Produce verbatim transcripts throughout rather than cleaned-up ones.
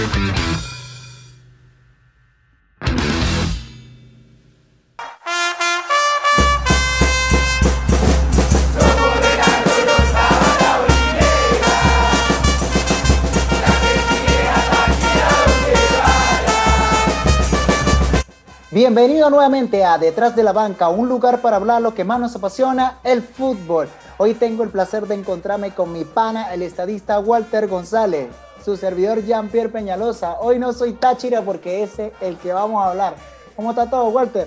Bienvenido nuevamente a Detrás de la Banca, un lugar para hablar lo que más nos apasiona, el fútbol. Hoy tengo el placer de encontrarme con mi pana, el estadista Walter González, su servidor Jean-Pierre Peñalosa. Hoy no soy Táchira porque ese es el que vamos a hablar. ¿Cómo está todo, Walter?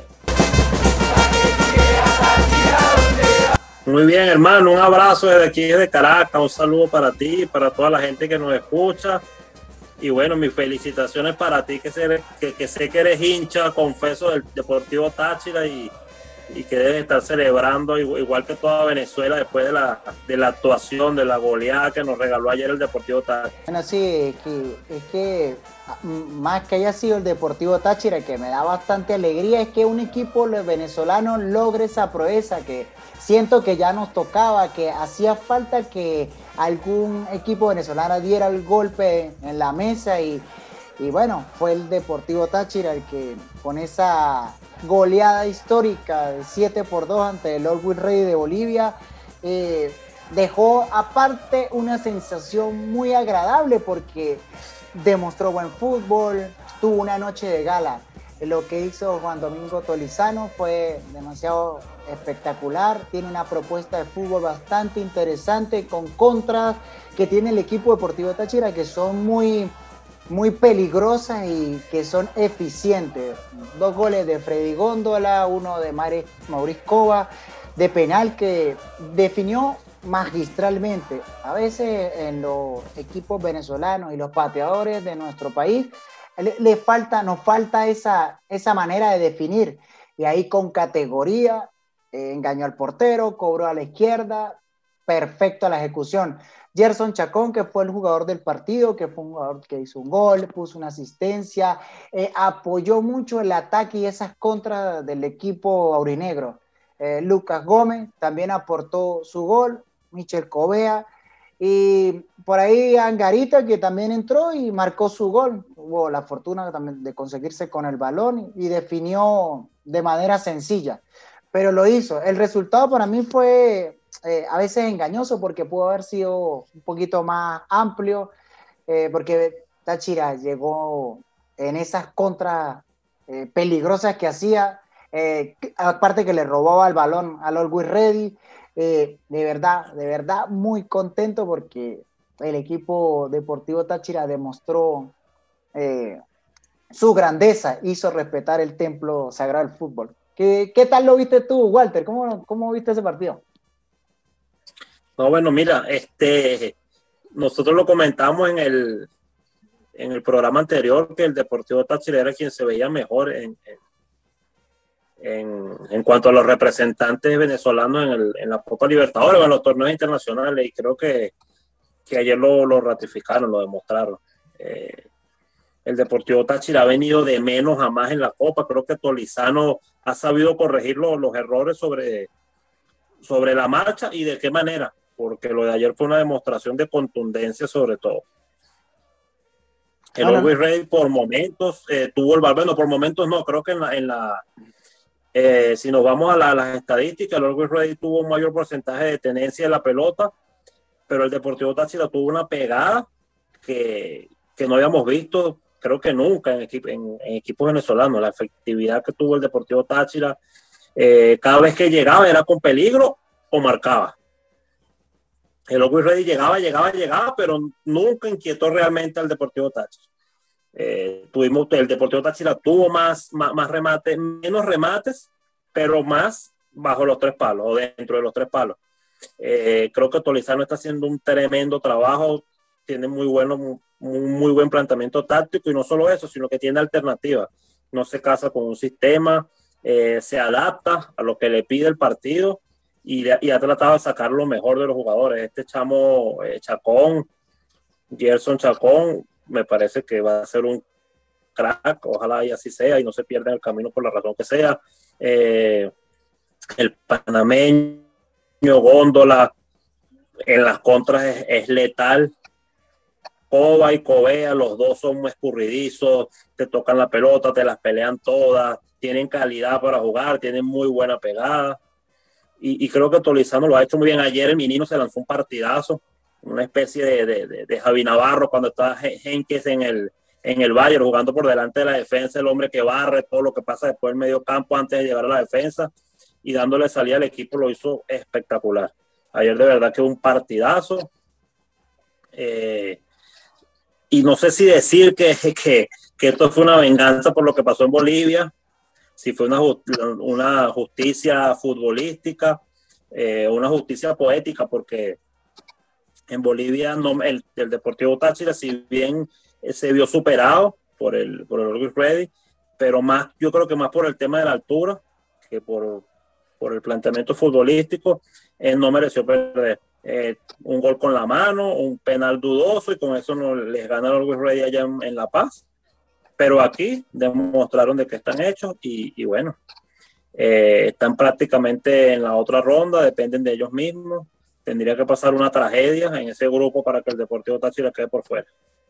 Muy bien, hermano, un abrazo desde aquí, desde Caracas, un saludo para ti y para toda la gente que nos escucha. Y bueno, mis felicitaciones para ti, que sé que, que, sé que eres hincha, confeso, del Deportivo Táchira y, y que debes estar celebrando igual que toda Venezuela después de la, de la actuación, de la goleada que nos regaló ayer el Deportivo Táchira. Bueno, sí, es que, es que más que haya sido el Deportivo Táchira, que me da bastante alegría, es que un equipo venezolano logre esa proeza que siento que ya nos tocaba, que hacía falta que algún equipo venezolano diera el golpe en la mesa y, y bueno, fue el Deportivo Táchira el que con esa goleada histórica de siete por dos ante el Always Ready de Bolivia eh, dejó aparte una sensación muy agradable porque demostró buen fútbol, tuvo una noche de gala. Lo que hizo Juan Domingo Tolizano fue demasiado espectacular, tiene una propuesta de fútbol bastante interesante con contras que tiene el equipo Deportivo Táchira que son muy, muy peligrosas y que son eficientes. Dos goles de Freddy Góndola, uno de Mauricio Cova, de penal que definió magistralmente. A veces en los equipos venezolanos y los pateadores de nuestro país le, le falta, nos falta esa, esa manera de definir, y ahí con categoría eh, engañó al portero, cobró a la izquierda, perfecto a la ejecución. Gerson Chacón, que fue el jugador del partido, que fue un jugador que hizo un gol, puso una asistencia, eh, apoyó mucho el ataque y esas contras del equipo aurinegro. Eh, Lucas Gómez también aportó su gol, Michel Covea, y por ahí Angarita, que también entró y marcó su gol. Hubo la fortuna también de conseguirse con el balón y, y definió de manera sencilla, pero lo hizo. El resultado para mí fue eh, a veces engañoso porque pudo haber sido un poquito más amplio, eh, porque Táchira llegó en esas contras eh, peligrosas que hacía, eh, aparte que le robaba el balón al Always Ready. Eh, de verdad, de verdad muy contento porque el equipo Deportivo Táchira demostró eh, su grandeza, hizo respetar el templo sagrado del fútbol. ¿Qué, qué tal lo viste tú, Walter? ¿Cómo, cómo viste ese partido? No, bueno, mira, este, nosotros lo comentamos en el, en el programa anterior que el Deportivo Táchira era quien se veía mejor en, en, en cuanto a los representantes venezolanos en, el, en la Copa Libertadores o en los torneos internacionales, y creo que, que ayer lo, lo ratificaron, lo demostraron. Eh, el Deportivo Táchira ha venido de menos a más en la Copa. Creo que Tolizano ha sabido corregir los, los errores sobre, sobre la marcha, y de qué manera, porque lo de ayer fue una demostración de contundencia sobre todo. El Always Ready por momentos eh, tuvo el balón, bueno, por momentos no, creo que en la, en la eh, si nos vamos a, la, a las estadísticas, el Always Ready tuvo un mayor porcentaje de tenencia de la pelota, pero el Deportivo Táchira tuvo una pegada que, que no habíamos visto, creo que nunca en, equipo, en, en equipos venezolanos. La efectividad que tuvo el Deportivo Táchira, eh, cada vez que llegaba era con peligro o marcaba. El Always Ready llegaba, llegaba, llegaba, pero nunca inquietó realmente al Deportivo Táchira. Eh, tuvimos, el Deportivo Táchira tuvo más, más, más remates, menos remates, pero más bajo los tres palos o dentro de los tres palos. Eh, creo que Tolizano está haciendo un tremendo trabajo, tiene muy, bueno, muy, muy buen planteamiento táctico, y no solo eso, sino que tiene alternativas. No se casa con un sistema, eh, se adapta a lo que le pide el partido, y, y ha tratado de sacar lo mejor de los jugadores. Este chamo eh, Chacón, Gerson Chacón, me parece que va a ser un crack, ojalá y así sea, y no se pierda en el camino por la razón que sea. Eh, el panameño Góndola en las contras es, es letal, Cova y Covea, los dos son muy escurridizos, te tocan la pelota, te las pelean todas, tienen calidad para jugar, tienen muy buena pegada. Y, y creo que Tolizano lo ha hecho muy bien. Ayer el Minino se lanzó un partidazo, una especie de, de, de, de Javi Navarro cuando estaba Henkes en el, en el Bayern jugando por delante de la defensa, el hombre que barre todo lo que pasa después del medio campo antes de llegar a la defensa y dándole salida al equipo, lo hizo espectacular. Ayer de verdad que un partidazo. Eh, y no sé si decir que, que, que esto fue una venganza por lo que pasó en Bolivia, si fue una, una justicia futbolística, eh, una justicia poética, porque en Bolivia no, el, el Deportivo Táchira, si bien eh, se vio superado por el, por el Always Ready, pero más, yo creo que más por el tema de la altura que por, por el planteamiento futbolístico, eh, no mereció perder. Eh, un gol con la mano, un penal dudoso, y con eso no les gana el Always Ready allá en, en La Paz. Pero aquí demostraron de que están hechos y, y bueno, eh, están prácticamente en la otra ronda, dependen de ellos mismos. Tendría que pasar una tragedia en ese grupo para que el Deportivo Táchira quede por fuera.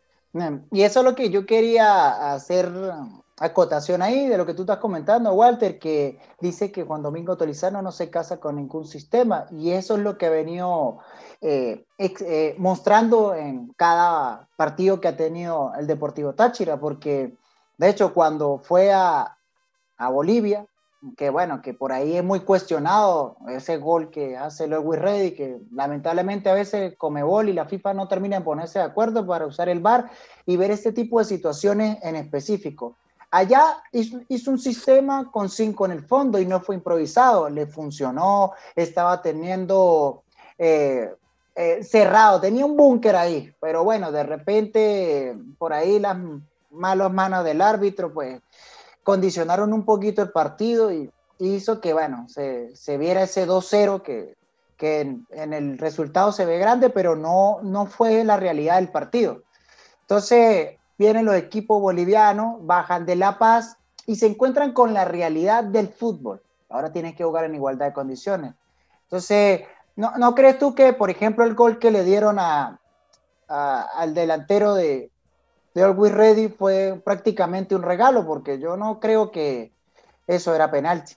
Y eso es lo que yo quería hacer acotación ahí de lo que tú estás comentando, Walter, que dice que Juan Domingo Tolizano no se casa con ningún sistema, y eso es lo que ha venido eh, ex, eh, mostrando en cada partido que ha tenido el Deportivo Táchira, porque de hecho cuando fue a, a Bolivia, que bueno, que por ahí es muy cuestionado ese gol que hace Always Ready, que lamentablemente a veces Conmebol y la FIFA no terminan de ponerse de acuerdo para usar el V A R y ver este tipo de situaciones en específico. Allá hizo, hizo un sistema con cinco en el fondo y no fue improvisado, le funcionó, estaba teniendo eh, eh, cerrado, tenía un búnker ahí, pero bueno, de repente por ahí las malas manos del árbitro pues condicionaron un poquito el partido y hizo que, bueno, se, se viera ese dos cero que, que en, en el resultado se ve grande, pero no, no fue la realidad del partido. Entonces, vienen los equipos bolivianos, bajan de La Paz y se encuentran con la realidad del fútbol. Ahora tienen que jugar en igualdad de condiciones. Entonces, ¿no, no crees tú que, por ejemplo, el gol que le dieron a, a, al delantero de de Always Ready fue prácticamente un regalo, porque yo no creo que eso era penalti?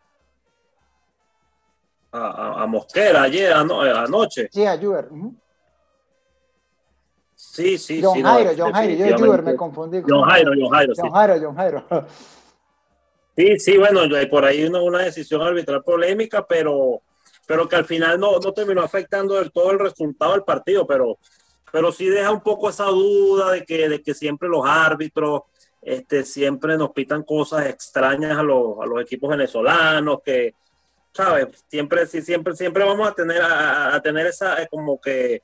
A, a, a Mosquera ayer, ano, anoche. Sí, a Juber. Uh-huh. Sí, sí, John sí. Jairo, No, John Jairo, yo Juber me confundí. John Jairo, John Jairo, sí. John Jairo, John Jairo. Sí, sí, bueno, por ahí una, una decisión arbitral polémica, pero, pero que al final no, no terminó afectando del todo el resultado del partido, pero, pero sí deja un poco esa duda de que, de que siempre los árbitros este, siempre nos pitan cosas extrañas a los, a los equipos venezolanos, que, ¿sabes? Siempre, sí, siempre, siempre vamos a tener, a, a tener esa, como que,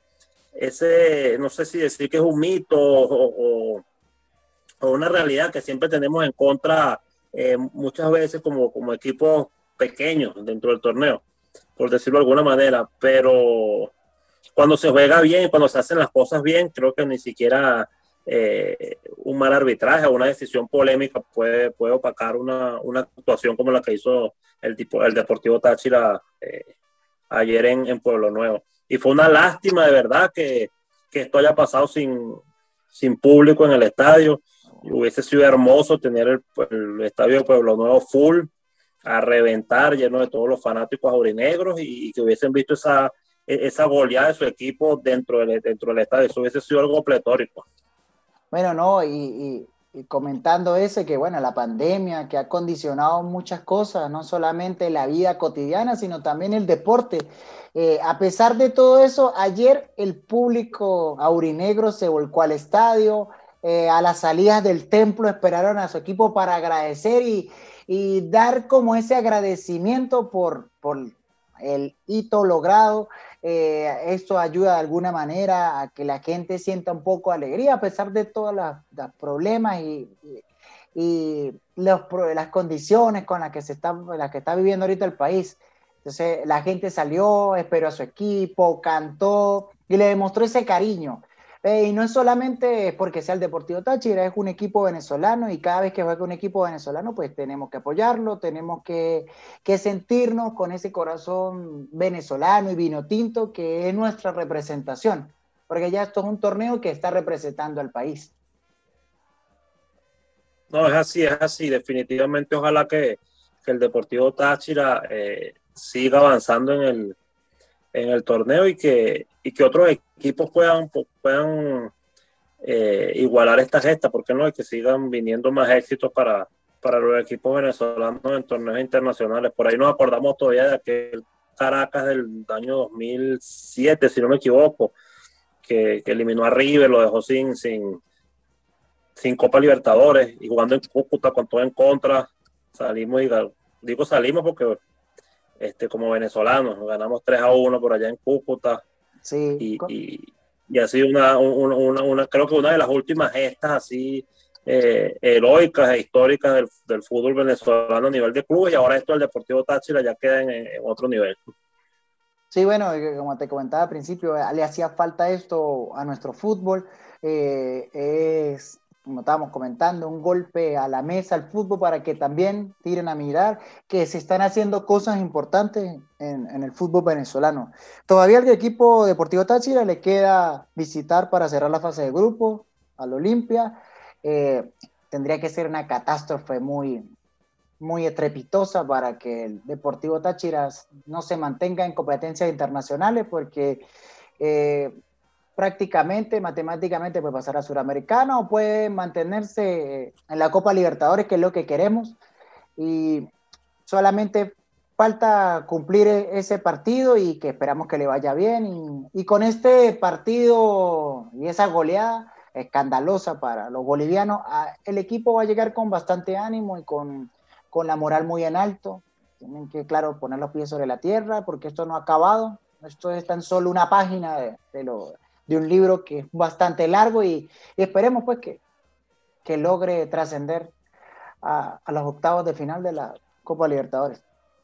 ese, no sé si decir que es un mito o, o, o una realidad que siempre tenemos en contra. Eh, muchas veces como, como equipos pequeños dentro del torneo, por decirlo de alguna manera, pero cuando se juega bien, cuando se hacen las cosas bien, creo que ni siquiera eh, un mal arbitraje o una decisión polémica puede, puede opacar una, una actuación como la que hizo el, tipo, el Deportivo Táchira eh, ayer en, en Pueblo Nuevo. Y fue una lástima de verdad que, que esto haya pasado sin, sin público en el estadio. Y hubiese sido hermoso tener el, el estadio de Pueblo Nuevo full, a reventar, lleno de todos los fanáticos aurinegros, y, y que hubiesen visto esa, esa goleada de su equipo dentro del, dentro del estadio. Eso hubiese sido algo pletórico. Bueno, no, y, y, y comentando ese, que bueno, la pandemia que ha condicionado muchas cosas, no solamente la vida cotidiana, sino también el deporte. Eh, a pesar de todo eso, ayer el público aurinegro se volcó al estadio. Eh, a las salidas del templo esperaron a su equipo para agradecer y, y dar como ese agradecimiento por, por el hito logrado. Eh, esto ayuda de alguna manera a que la gente sienta un poco de alegría a pesar de todos los problemas y, y, y los, las condiciones con las que, se está, las que está viviendo ahorita el país. Entonces la gente salió, esperó a su equipo, cantó y le demostró ese cariño. Eh, y no es solamente porque sea el Deportivo Táchira, es un equipo venezolano y cada vez que juega un equipo venezolano, pues tenemos que apoyarlo, tenemos que, que sentirnos con ese corazón venezolano y vino tinto que es nuestra representación. porque ya esto es un torneo que está representando al país. No, es así, es así. Definitivamente, ojalá que, que el Deportivo Táchira eh, siga avanzando en el, en el torneo y que, y que otros equipos puedan, puedan eh, igualar esta gesta, porque no, y que sigan viniendo más éxitos para, para los equipos venezolanos en torneos internacionales. Por ahí nos acordamos todavía de aquel Caracas del año dos mil siete, si no me equivoco, que, que eliminó a River, lo dejó sin, sin, sin Copa Libertadores y jugando en Cúcuta con todo en contra. Salimos, y digo salimos porque este, como venezolanos ganamos tres a uno por allá en Cúcuta. Sí. Y, y, y ha sido una, una, una, una, creo que una de las últimas gestas así eh, heroicas e históricas del, del fútbol venezolano a nivel de clubes, y ahora esto del Deportivo Táchira ya queda en, en otro nivel. Sí, bueno, como te comentaba al principio, le hacía falta esto a nuestro fútbol. Eh, es, como estábamos comentando, un golpe a la mesa al fútbol para que también tiren a mirar que se están haciendo cosas importantes en, en el fútbol venezolano. Todavía al equipo Deportivo Táchira le queda visitar para cerrar la fase de grupo al Olimpia. Eh, tendría que ser una catástrofe muy, muy estrepitosa para que el Deportivo Táchira no se mantenga en competencias internacionales, porque eh, prácticamente, matemáticamente puede pasar a Suramericano o puede mantenerse en la Copa Libertadores, que es lo que queremos, y solamente falta cumplir ese partido y que esperamos que le vaya bien, y, y con este partido y esa goleada escandalosa para los bolivianos, el equipo va a llegar con bastante ánimo y con con la moral muy en alto. Tienen que, claro, poner los pies sobre la tierra, porque esto no ha acabado. Esto es tan solo una página de, de, lo, de un libro que es bastante largo, y, y esperemos pues que, que logre trascender a, a los octavos de final de la Copa Libertadores.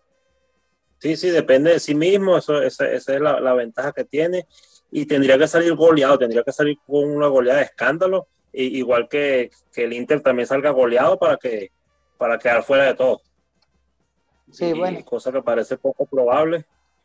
Sí, sí, depende de sí mismo, eso, esa, esa es la, la ventaja que tiene, y tendría que salir goleado, tendría que salir con una goleada de escándalo, y, igual que, que el Inter también salga goleado para que para quedar fuera de todo. Sí, y bueno. Cosa que parece poco probable,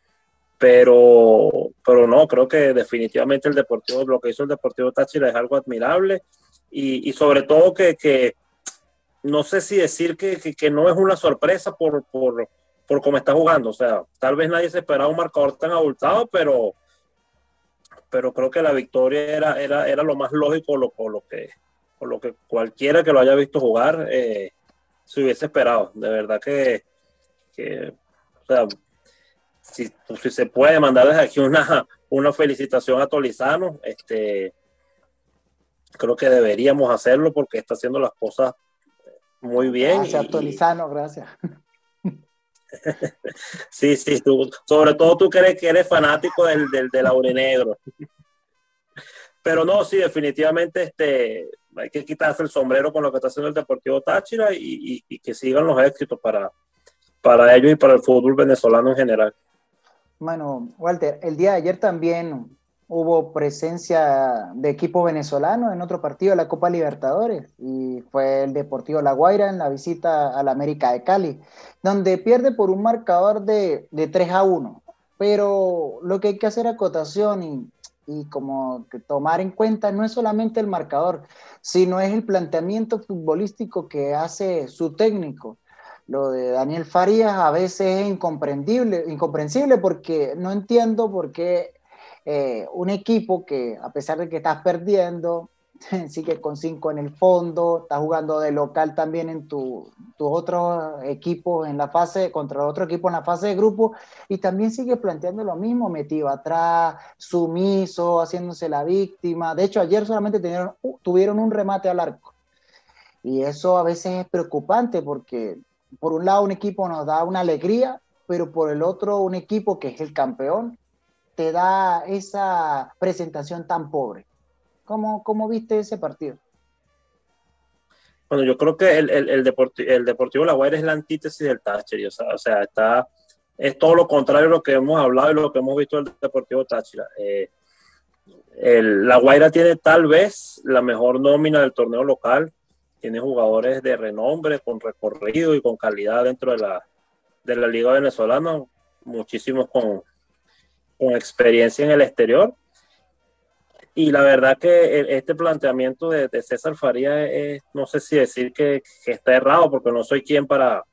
pero, pero no, creo que definitivamente el Deportivo, lo que hizo el Deportivo Táchira es algo admirable, y, y sobre todo que, que no sé si decir que, que, que no es una sorpresa por, por, por cómo está jugando. O sea, tal vez nadie se esperaba un marcador tan abultado, pero, pero creo que la victoria era, era, era lo más lógico, lo, por, lo que, por lo que cualquiera que lo haya visto jugar eh, se hubiese esperado. De verdad que, que o sea, si, si se puede mandar desde aquí una, una felicitación a Tolizano, este, creo que deberíamos hacerlo porque está haciendo las cosas muy bien. Gracias, y, Tolizano, gracias. Sí, sí, tú, sobre todo tú que eres, que eres fanático del, del, del aurinegro. Pero no, sí, definitivamente este, hay que quitarse el sombrero con lo que está haciendo el Deportivo Táchira, y, y, y que sigan los éxitos para, para ellos y para el fútbol venezolano en general. Bueno, Walter, el día de ayer también hubo presencia de equipo venezolano en otro partido de la Copa Libertadores, y fue el Deportivo La Guaira en la visita a la América de Cali, donde pierde por un marcador de, de tres a uno. Pero lo que hay que hacer acotación y, y como que tomar en cuenta no es solamente el marcador, sino es el planteamiento futbolístico que hace su técnico. Lo de Daniel Farías a veces es incomprendible, incomprensible, porque no entiendo por qué eh, un equipo que, a pesar de que estás perdiendo, sigue con cinco en el fondo, estás jugando de local también en tu, tus otros equipos en la fase, contra otro equipo en la fase de grupo, y también sigue planteando lo mismo, metido atrás, sumiso, haciéndose la víctima. De hecho, ayer solamente tuvieron, tuvieron un remate al arco, y eso a veces es preocupante, porque por un lado un equipo nos da una alegría, pero por el otro un equipo que es el campeón te da esa presentación tan pobre. ¿Cómo, cómo viste ese partido? Bueno, yo creo que el, el, el, Deportivo, el Deportivo La Guaira es la antítesis del Táchira. O sea, o sea, está, es todo lo contrario a lo que hemos hablado y lo que hemos visto del Deportivo Táchira. Eh, el, La Guaira tiene tal vez la mejor nómina del torneo local. Tiene jugadores de renombre, con recorrido y con calidad dentro de la, de la Liga Venezolana, muchísimos con, con experiencia en el exterior. Y la verdad que el- este planteamiento de, de César Faría es, no sé si decir que, que está errado, porque no soy quien para,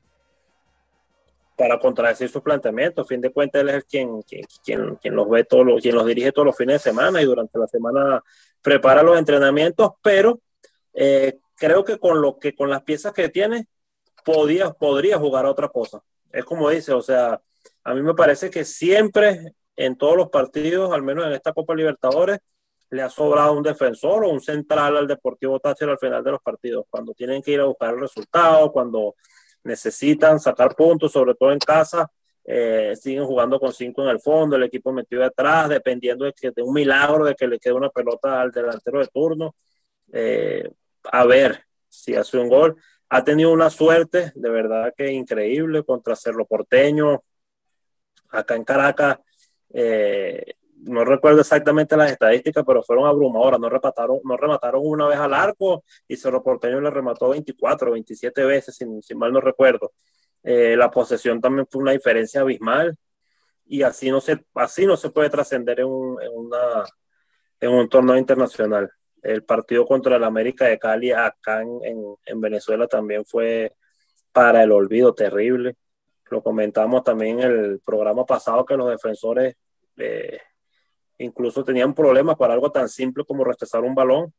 para contradecir sus planteamientos. A fin de cuentas, él es el quien, quien, quien, quien los ve todos los, quien los dirige todos los fines de semana y durante la semana prepara los entrenamientos, pero eh, creo que con lo que con las piezas que tiene podía, podría jugar a otra cosa. Es como dice, o sea, a mí me parece que siempre en todos los partidos, al menos en esta Copa Libertadores, le ha sobrado un defensor o un central al Deportivo Táchira al final de los partidos, cuando tienen que ir a buscar el resultado, cuando necesitan sacar puntos, sobre todo en casa, eh, siguen jugando con cinco en el fondo, el equipo metido detrás, dependiendo de, que, de un milagro de que le quede una pelota al delantero de turno. Eh, a ver si hace un gol. Ha tenido una suerte de verdad que increíble contra Cerro Porteño, acá en Caracas. Eh, no recuerdo exactamente las estadísticas, pero fueron abrumadoras. No remataron, no remataron una vez al arco y Cerro Porteño le remató veinticuatro, veintisiete veces, si, si mal no recuerdo. Eh, la posesión también fue una diferencia abismal y así no se, así no se puede trascender en, un, en, una, en un torneo internacional. El partido contra el América de Cali acá en, en, en Venezuela también fue para el olvido terrible. Lo comentamos también en el programa pasado que los defensores eh, incluso tenían problemas para algo tan simple como rechazar un balón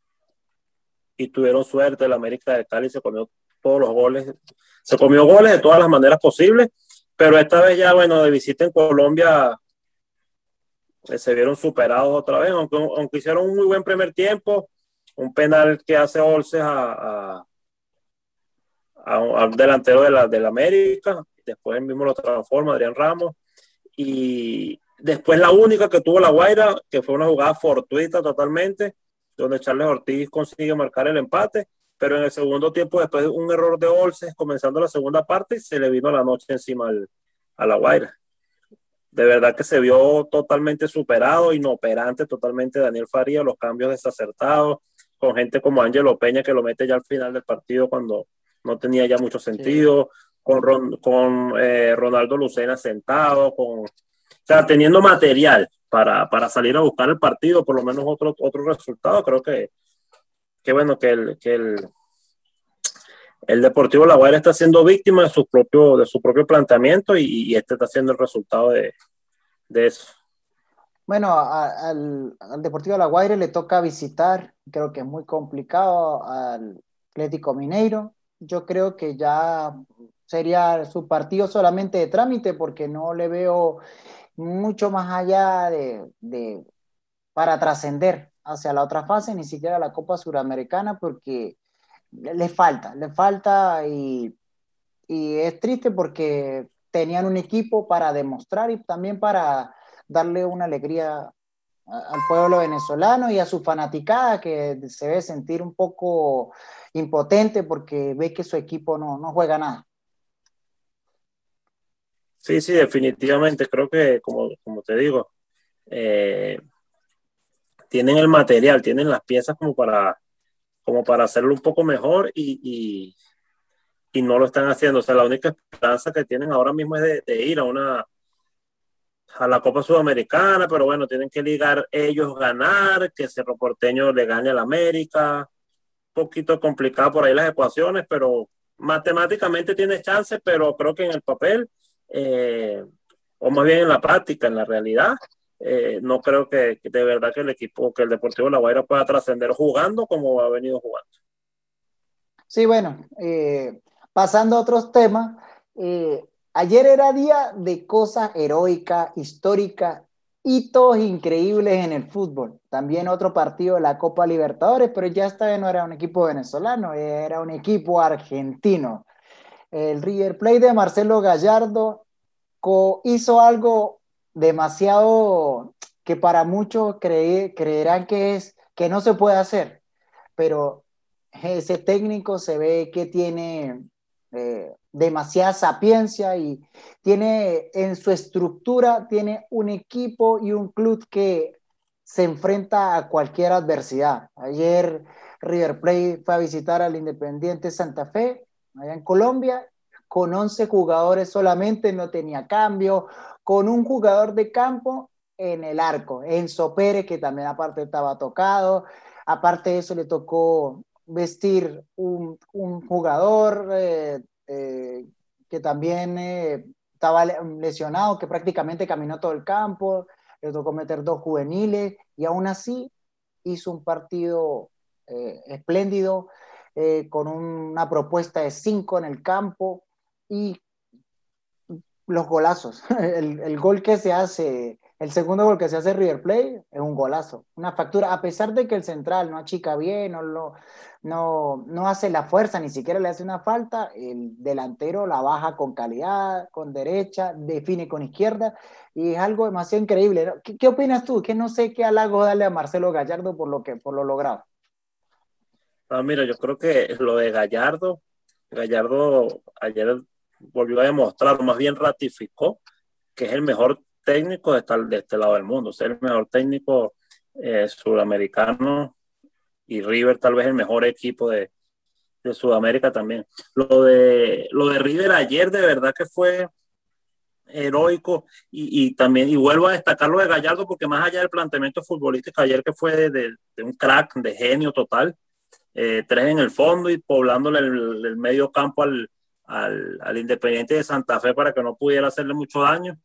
y tuvieron suerte. El América de Cali se comió todos los goles, se comió goles de todas las maneras posibles, pero esta vez ya, bueno, de visita en Colombia eh, se vieron superados otra vez, aunque, aunque hicieron un muy buen primer tiempo, un penal que hace Olces a, a, a, un, a un delantero de la, de la América, después él mismo lo transforma, Adrián Ramos, y después la única que tuvo La Guaira, que fue una jugada fortuita totalmente, donde Charles Ortiz consigue marcar el empate, pero en el segundo tiempo, después de un error de Olces, comenzando la segunda parte, se le vino la noche encima al, a La Guaira. De verdad que se vio totalmente superado, inoperante totalmente Daniel Faría, los cambios desacertados, con gente como Ángelo Peña que lo mete ya al final del partido cuando no tenía ya mucho Sí. sentido, con, Ron, con eh, Ronaldo Lucena sentado, con, o sea, teniendo material para, para salir a buscar el partido, por lo menos otro, otro resultado. Creo que, que bueno, que el, que el, el Deportivo La Guaira está siendo víctima de su propio, de su propio planteamiento y, y este está siendo el resultado de, de eso. Bueno, a- al, al Deportivo La Guaira le toca visitar, creo que es muy complicado, al Atlético Mineiro. Yo creo que ya sería su partido solamente de trámite porque no le veo mucho más allá de, de para trascender hacia la otra fase, ni siquiera la Copa Suramericana, porque le, le falta, le falta y, y es triste porque tenían un equipo para demostrar y también para darle una alegría al pueblo venezolano y a su fanaticada que se debe sentir un poco impotente porque ve que su equipo no, no juega nada. Sí, sí, definitivamente. Creo que, como, como te digo, eh, tienen el material, tienen las piezas como para, como para hacerlo un poco mejor y, y, y no lo están haciendo. O sea, la única esperanza que tienen ahora mismo es de, de ir a una a la Copa Sudamericana, pero bueno, tienen que ligar ellos ganar, que Cerro Porteño le gane al América. Un poquito complicado por ahí las ecuaciones, pero matemáticamente tiene chance, pero creo que en el papel, eh, o más bien en la práctica, en la realidad, eh, no creo que, que de verdad que el equipo, que el Deportivo La Guaira pueda trascender jugando como ha venido jugando. Sí, bueno, eh, pasando a otros temas, eh, ayer era día de cosas heroicas, históricas, hitos increíbles en el fútbol. También otro partido de la Copa Libertadores, pero ya esta vez no era un equipo venezolano, era un equipo argentino. El River Plate de Marcelo Gallardo hizo algo demasiado que para muchos cre creerán que es que no se puede hacer, pero ese técnico se ve que tiene eh, demasiada sapiencia y tiene en su estructura, tiene un equipo y un club que se enfrenta a cualquier adversidad. Ayer River Plate fue a visitar al Independiente Santa Fe, allá en Colombia, con once jugadores solamente, no tenía cambio, con un jugador de campo en el arco. Enzo Pérez, que también aparte estaba tocado, aparte de eso le tocó vestir un, un jugador eh, eh, que también eh, estaba lesionado, que prácticamente caminó todo el campo, le tocó meter dos juveniles y aún así hizo un partido eh, espléndido, eh, con una propuesta de cinco en el campo y los golazos. El, el gol que se hace, el segundo gol que se hace River Plate es un golazo, una factura, a pesar de que el central no achica bien, no, lo, no, no hace la fuerza, ni siquiera le hace una falta, el delantero la baja con calidad, con derecha, define con izquierda, y es algo demasiado increíble, ¿no? ¿Qué, qué opinas tú? Que no sé qué halago darle a Marcelo Gallardo por lo, que, por lo logrado. Ah, mira, yo creo que lo de Gallardo, Gallardo ayer volvió a demostrar, o más bien ratificó, que es el mejor técnico de, tal, de este lado del mundo, o sea, el mejor técnico eh, sudamericano, y River tal vez el mejor equipo de, de Sudamérica también. Lo de, lo de River ayer de verdad que fue heroico, y, y también, y vuelvo a destacar lo de Gallardo, porque más allá del planteamiento futbolístico ayer, que fue de, de, de un crack, de genio total, eh, tres en el fondo y poblándole el, el medio campo al, al, al Independiente de Santa Fe para que no pudiera hacerle mucho daño.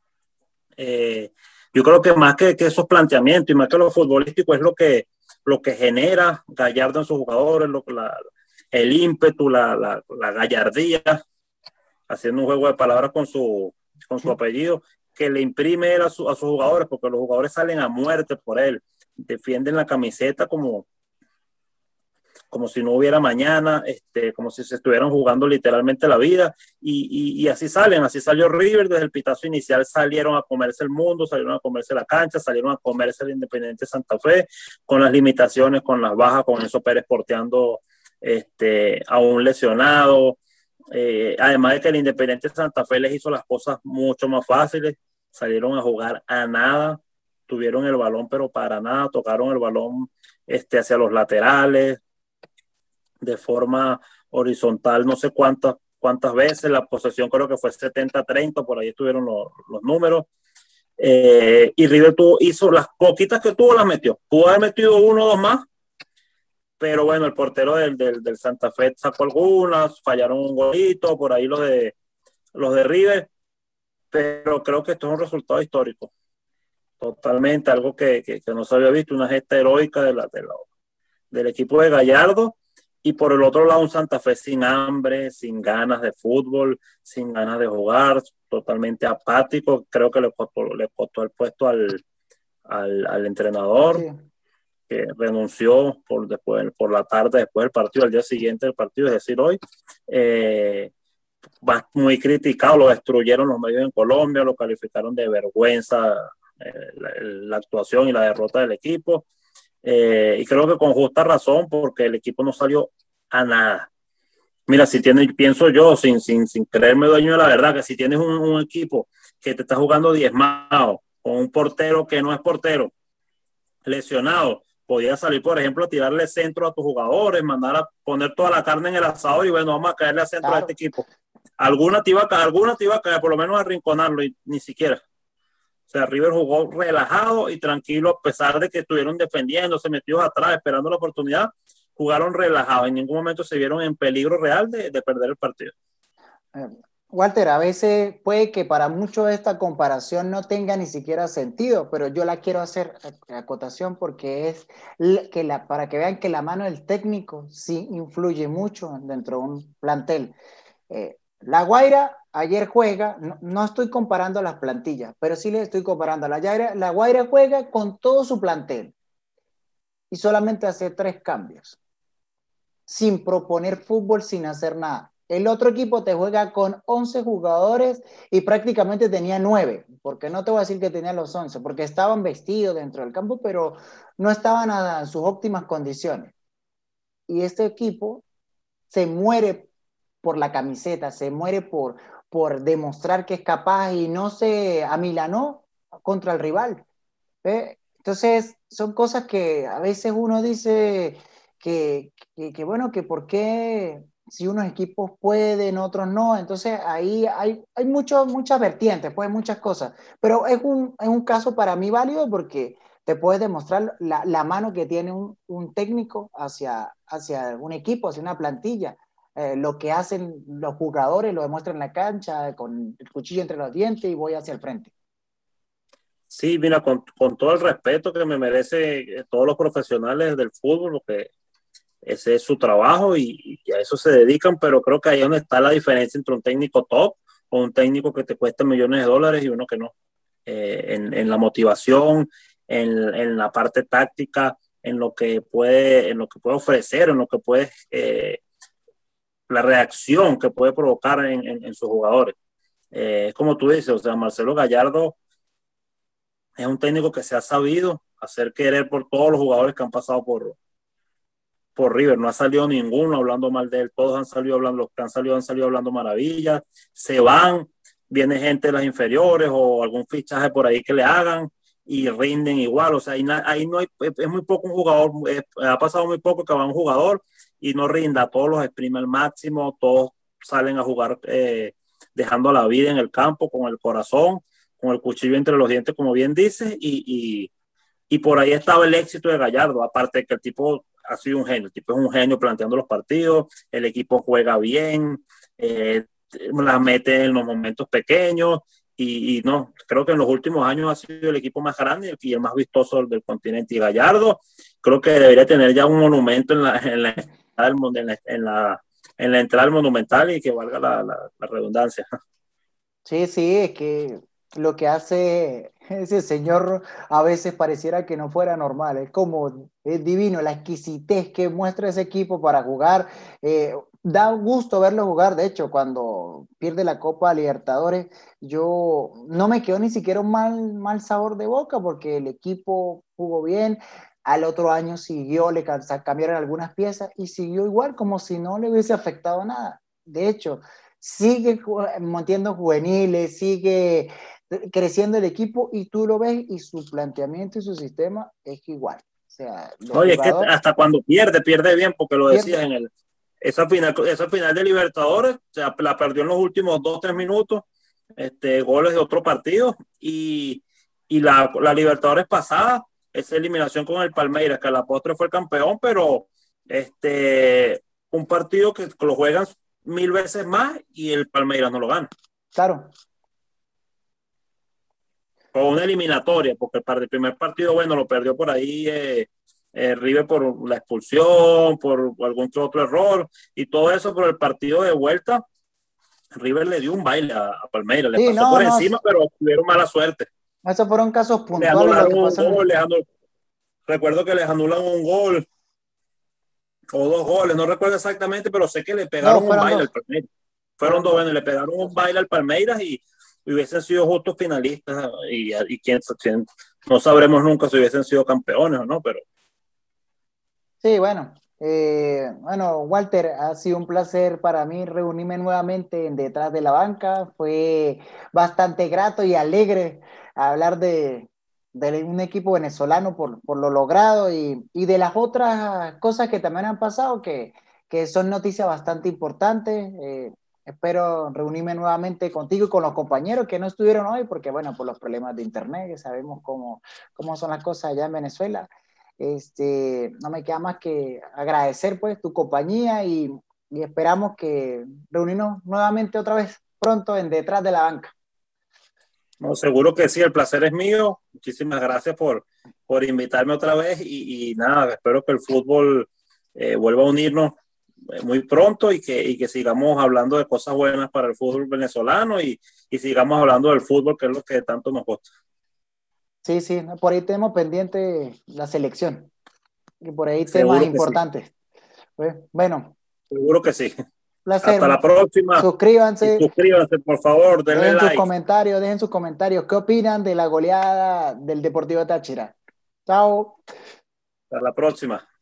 Eh, yo creo que más que, que esos planteamientos y más que lo futbolístico es lo que, lo que genera Gallardo en sus jugadores, lo, la, el ímpetu, la, la, la gallardía, haciendo un juego de palabras con su, con su apellido, que le imprime él a, su, a sus jugadores, porque los jugadores salen a muerte por él, defienden la camiseta como, como si no hubiera mañana, este, como si se estuvieran jugando literalmente la vida, y, y, y así salen, así salió River desde el pitazo inicial, salieron a comerse el mundo, salieron a comerse la cancha, salieron a comerse el Independiente Santa Fe, con las limitaciones, con las bajas, con Enzo Pérez porteando este, a un lesionado, eh, además de que el Independiente Santa Fe les hizo las cosas mucho más fáciles, salieron a jugar a nada, tuvieron el balón pero para nada, tocaron el balón este, hacia los laterales, de forma horizontal, no sé cuántas, cuántas veces, la posesión creo que fue setenta treinta, por ahí estuvieron los, los números, eh, y River tuvo, hizo las poquitas que tuvo, las metió, pudo haber metido uno o dos más, pero bueno, el portero del, del, del Santa Fe sacó algunas, fallaron un golito, por ahí los de, los de River, pero creo que esto es un resultado histórico, totalmente, algo que, que, que no se había visto, una gesta heroica de la, de la, del equipo de Gallardo, y por el otro lado un Santa Fe sin hambre, sin ganas de fútbol, sin ganas de jugar, totalmente apático. Creo que le costó, le costó el puesto al, al, al entrenador, Sí. que renunció por, después, por la tarde después del partido, al día siguiente del partido, es decir, hoy. Eh, va muy criticado, lo destruyeron los medios en Colombia, lo calificaron de vergüenza, eh, la, la actuación y la derrota del equipo. Eh, y creo que con justa razón, porque el equipo no salió a nada. Mira, si tienes, pienso yo, sin, sin, sin creerme dueño de la verdad, que si tienes un, un equipo que te está jugando diezmado, con un portero que no es portero, lesionado, podías salir, por ejemplo, a tirarle centro a tus jugadores, mandar a poner toda la carne en el asador y bueno, vamos a caerle a centro claro. a este equipo. Alguna te iba a caer, alguna te iba a caer, por lo menos a arrinconarlo, y ni siquiera. O sea, River jugó relajado y tranquilo, a pesar de que estuvieron defendiendo, se metió atrás, esperando la oportunidad, jugaron relajados. En ningún momento se vieron en peligro real de, de perder el partido. Walter, a veces puede que para muchos esta comparación no tenga ni siquiera sentido, pero yo la quiero hacer acotación porque es que la, para que vean que la mano del técnico sí influye mucho dentro de un plantel. Eh, La Guaira ayer juega, no, no estoy comparando las plantillas, pero sí le estoy comparando. La Guaira, la Guaira juega con todo su plantel y solamente hace tres cambios, sin proponer fútbol, sin hacer nada. El otro equipo te juega con once jugadores y prácticamente tenía nueve, porque no te voy a decir que tenía los once, porque estaban vestidos dentro del campo, pero no estaban a sus óptimas condiciones. Y este equipo se muere por la camiseta, se muere por, por demostrar que es capaz y no se amilanó contra el rival. ¿Eh? Entonces, son cosas que a veces uno dice que, que, que bueno, que por qué si unos equipos pueden, otros no, entonces ahí hay, hay mucho, muchas vertientes, pues muchas cosas, pero es un, es un caso para mí válido porque te puedes demostrar la, la mano que tiene un, un técnico hacia, hacia un equipo, hacia una plantilla. Eh, lo que hacen los jugadores lo demuestran en la cancha con el cuchillo entre los dientes y voy hacia el frente. Sí, mira, con, con todo el respeto que me merece eh, todos los profesionales del fútbol, porque ese es su trabajo y, y a eso se dedican, pero creo que ahí es donde está la diferencia entre un técnico top o un técnico que te cuesta millones de dólares y uno que no. Eh, en, en la motivación, en, en la parte táctica, en lo que puede, en lo que puede ofrecer, en lo que puede, eh, la reacción que puede provocar en, en, en sus jugadores. Eh, es como tú dices, o sea, Marcelo Gallardo es un técnico que se ha sabido hacer querer por todos los jugadores que han pasado por, por River. No ha salido ninguno hablando mal de él. Todos han salido hablando, los que han salido han salido hablando maravillas. Se van, viene gente de las inferiores o algún fichaje por ahí que le hagan y rinden igual. O sea, ahí, ahí no hay, es muy poco un jugador, es, ha pasado muy poco que va un jugador y no rinda. Todos los exprime al máximo, todos salen a jugar eh, dejando la vida en el campo con el corazón, con el cuchillo entre los dientes, como bien dices, y, y, y por ahí estaba el éxito de Gallardo, aparte de que el tipo ha sido un genio, el tipo es un genio planteando los partidos, el equipo juega bien, eh, las mete en los momentos pequeños, y, y no, creo que en los últimos años ha sido el equipo más grande y el más vistoso del, del continente, y Gallardo creo que debería tener ya un monumento en la, en la, en la, en la, en la entrada del Monumental y que valga la, la, la redundancia. Sí, sí, es que lo que hace ese señor a veces pareciera que no fuera normal, es como, es divino, la exquisitez que muestra ese equipo para jugar, eh, da gusto verlo jugar. De hecho, cuando pierde la Copa Libertadores, yo no me quedó ni siquiera un mal, mal sabor de boca porque el equipo jugó bien. Al otro año siguió, le cambiaron algunas piezas y siguió igual, como si no le hubiese afectado nada. De hecho, sigue montiendo juveniles, sigue creciendo el equipo y tú lo ves y su planteamiento y su sistema es igual. O sea, los Oye, es que jugadores hasta cuando pierde, pierde bien, porque lo decías pierden. en el, esa final, esa final de Libertadores, o sea, la perdió en los últimos dos, tres minutos, este, goles de otro partido, y, y la, la Libertadores pasada, esa eliminación con el Palmeiras, que a la postre fue el campeón, pero este, un partido que lo juegan mil veces más y el Palmeiras no lo gana. Claro. O una eliminatoria, porque el, el primer partido, bueno, lo perdió por ahí eh, eh, River por la expulsión, por algún otro error y todo eso, pero el partido de vuelta, River le dio un baile a, a Palmeiras, le Sí, pasó no, por no. encima, pero tuvieron mala suerte. Esos fueron casos Le puntuales lo anularon que un pasaron. gol, les anul... recuerdo que les anulan un gol o dos goles, no recuerdo exactamente, pero sé que le No, pegaron un fueron baile al dos. Palmeiras. Fueron Fueron dos, dos. bueno, le pegaron un baile al Palmeiras y hubiesen sido justos finalistas y, y quién, quién, no sabremos nunca si hubiesen sido campeones o no, pero Sí, bueno. Eh, bueno, Walter, ha sido un placer para mí reunirme nuevamente en Detrás de la Banca. Fue bastante grato y alegre hablar de, de un equipo venezolano por, por lo logrado y, y de las otras cosas que también han pasado, que, que son noticias bastante importantes. Eh, espero reunirme nuevamente contigo y con los compañeros que no estuvieron hoy, porque bueno, por los problemas de internet, que sabemos cómo, cómo son las cosas allá en Venezuela. Este, no me queda más que agradecer pues tu compañía y, y esperamos que reunirnos nuevamente otra vez pronto en Detrás de la Banca. no, seguro que sí, el placer es mío. Muchísimas gracias por, por invitarme otra vez y, y nada, espero que el fútbol eh, vuelva a unirnos eh, muy pronto y que, y que sigamos hablando de cosas buenas para el fútbol venezolano y, y sigamos hablando del fútbol, que es lo que tanto nos gusta. Sí, sí, por ahí tenemos pendiente la selección y por ahí temas Seguro que sí, importantes. Pues, bueno, seguro que sí. placer. Hasta la próxima y Suscríbanse, suscríbanse, por favor, denle dejen sus like. comentarios, dejen sus comentarios. ¿Qué opinan de la goleada del Deportivo Táchira? Chao. Hasta la próxima.